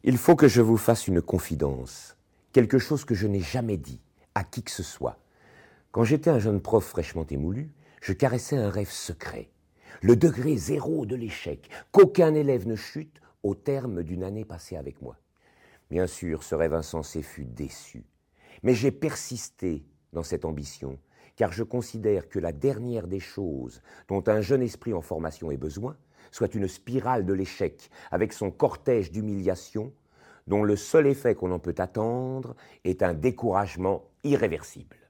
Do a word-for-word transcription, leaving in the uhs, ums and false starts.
Il faut que je vous fasse une confidence, quelque chose que je n'ai jamais dit à qui que ce soit. Quand j'étais un jeune prof fraîchement émoulu, je caressais un rêve secret, le degré zéro de l'échec, qu'aucun élève ne chute au terme d'une année passée avec moi. Bien sûr, ce rêve insensé fut déçu, mais j'ai persisté dans cette ambition, car je considère que la dernière des choses dont un jeune esprit en formation ait besoin, soit une spirale de l'échec avec son cortège d'humiliation, dont le seul effet qu'on en peut attendre est un découragement irréversible.